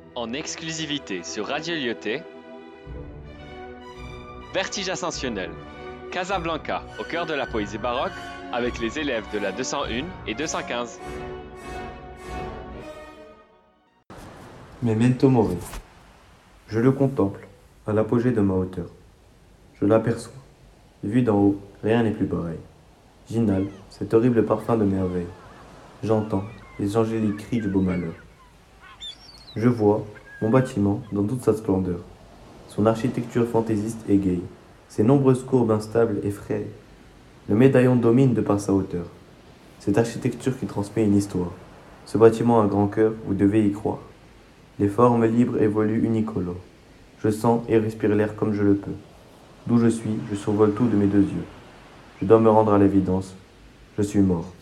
En exclusivité sur Radio Lyoté, Vertige ascensionnel, Casablanca, au cœur de la poésie baroque, avec les élèves de la 201 et 215. Memento Mori. Je le contemple, à l'apogée de ma hauteur. Je l'aperçois. Vu d'en haut, rien n'est plus pareil. J'inhale cet horrible parfum de merveille. J'entends les angéliques cris du beau malheur. Je vois mon bâtiment dans toute sa splendeur. Son architecture fantaisiste et gaie. Ses nombreuses courbes instables effraient. Le médaillon domine de par sa hauteur. Cette architecture qui transmet une histoire. Ce bâtiment à grand cœur, vous devez y croire. Les formes libres évoluent unicolores. Je sens et respire l'air comme je le peux. D'où je suis, je survole tout de mes deux yeux. Je dois me rendre à l'évidence. Je suis mort.